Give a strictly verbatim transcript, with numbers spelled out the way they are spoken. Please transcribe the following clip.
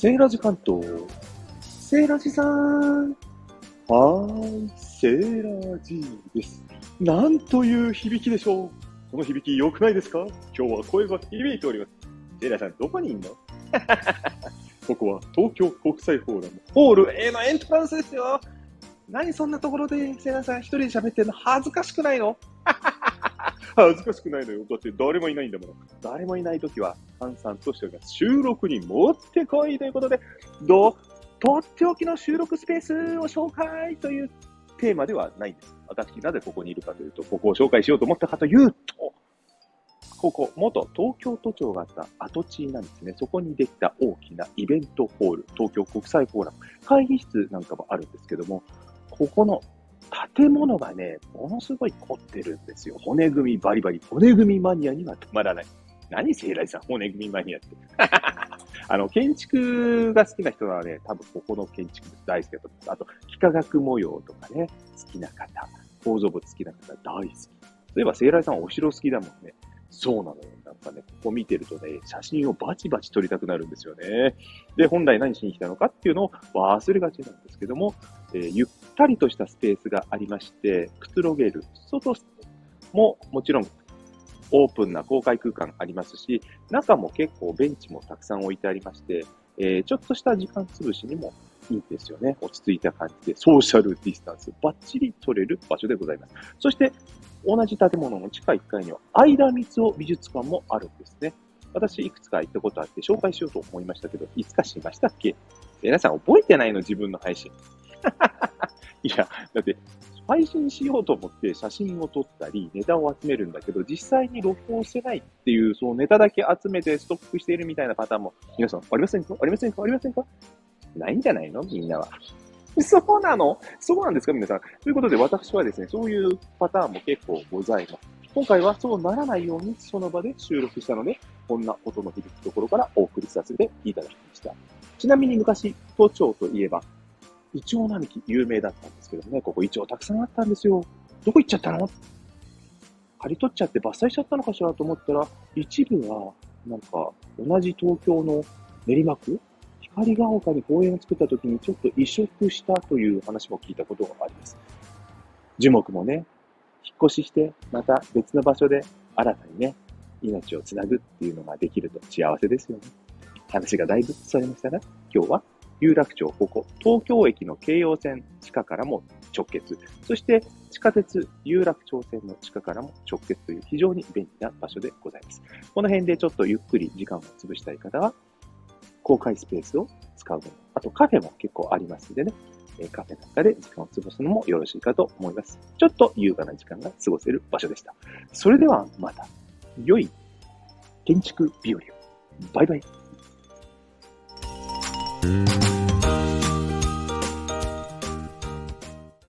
セーラジ関東。セーラジさん。はーい、セーラジです。なんという響きでしょう。この響き良くないですか？今日は声が響いております。セーラさん、どこにいんの？ここは東京国際フォーラムホール A のエントランスですよ。何そんなところでセーラさん一人で喋ってるの恥ずかしくないの？恥ずかしくないのよ。だって誰もいないんだもの。誰もいないときは、閑散としております。収録にもってこいということで、どうとっておきの収録スペースを紹介というテーマではないんです。私、なぜここにいるかというと、ここを紹介しようと思ったかというと、ここ、元東京都庁があった跡地なんですね。そこにできた大きなイベントホール、東京国際フォーラム、会議室なんかもあるんですけども、ここの建物がね、ものすごい凝ってるんですよ。骨組みバリバリ。骨組みマニアにはたまらない。何セイライさん、骨組みマニアって。あの、建築が好きな人はね、多分ここの建築大好きだと思います。あと、幾何学模様とかね、好きな方、構造物好きな方大好き。そういえばセイライさんお城好きだもんね。そうなのよ。なんかね、ここ見てるとね、写真をバチバチ撮りたくなるんですよね。で、本来何しに来たのかっていうのを忘れがちなんですけども、えー、ゆったりとしたスペースがありまして、くつろげる外ももちろんオープンな公開空間ありますし、中も結構ベンチもたくさん置いてありまして、えー、ちょっとした時間潰しにもいいんですよね。落ち着いた感じで、ソーシャルディスタンスバッチリ取れる場所でございます。そして、同じ建物の地下いっかいには、相田光雄美術館もあるんですね。私、いくつか行ったことあって紹介しようと思いましたけど、いつかしましたっけ？皆さん覚えてないの？自分の配信。いや、だって、配信しようと思って写真を撮ったり、ネタを集めるんだけど、実際に録音してないっていう、そうネタだけ集めてストックしているみたいなパターンも、皆さん、ありませんか？ありませんか？ありませんか？ないんじゃないの？みんなは。そうなの？そうなんですか皆さん。ということで私はですね、そういうパターンも結構ございます。今回はそうならないようにその場で収録したので、こんな音の響くところからお送りさせていただきました。ちなみに昔、都庁といえば、イチョウ並木有名だったんですけどね、ここイチョウたくさんあったんですよ。どこ行っちゃったの？刈り取っちゃって伐採しちゃったのかしらと思ったら、一部は、なんか、同じ東京の練馬区光が丘に公園を作った時にちょっと移植したという話も聞いたことがあります。樹木もね、引っ越しして、また別の場所で新たにね、命をつなぐっていうのができると幸せですよね。話がだいぶそれましたが、今日は有楽町、ここ、東京駅の京葉線地下からも直結、そして地下鉄有楽町線の地下からも直結という非常に便利な場所でございます。この辺でちょっとゆっくり時間を潰したい方は、公開スペースを使うもの。あとカフェも結構ありますのでね、カフェなんかで時間を過ごすのもよろしいかと思います。ちょっと優雅な時間が過ごせる場所でした。それではまた、良い建築日和を。バイバイ。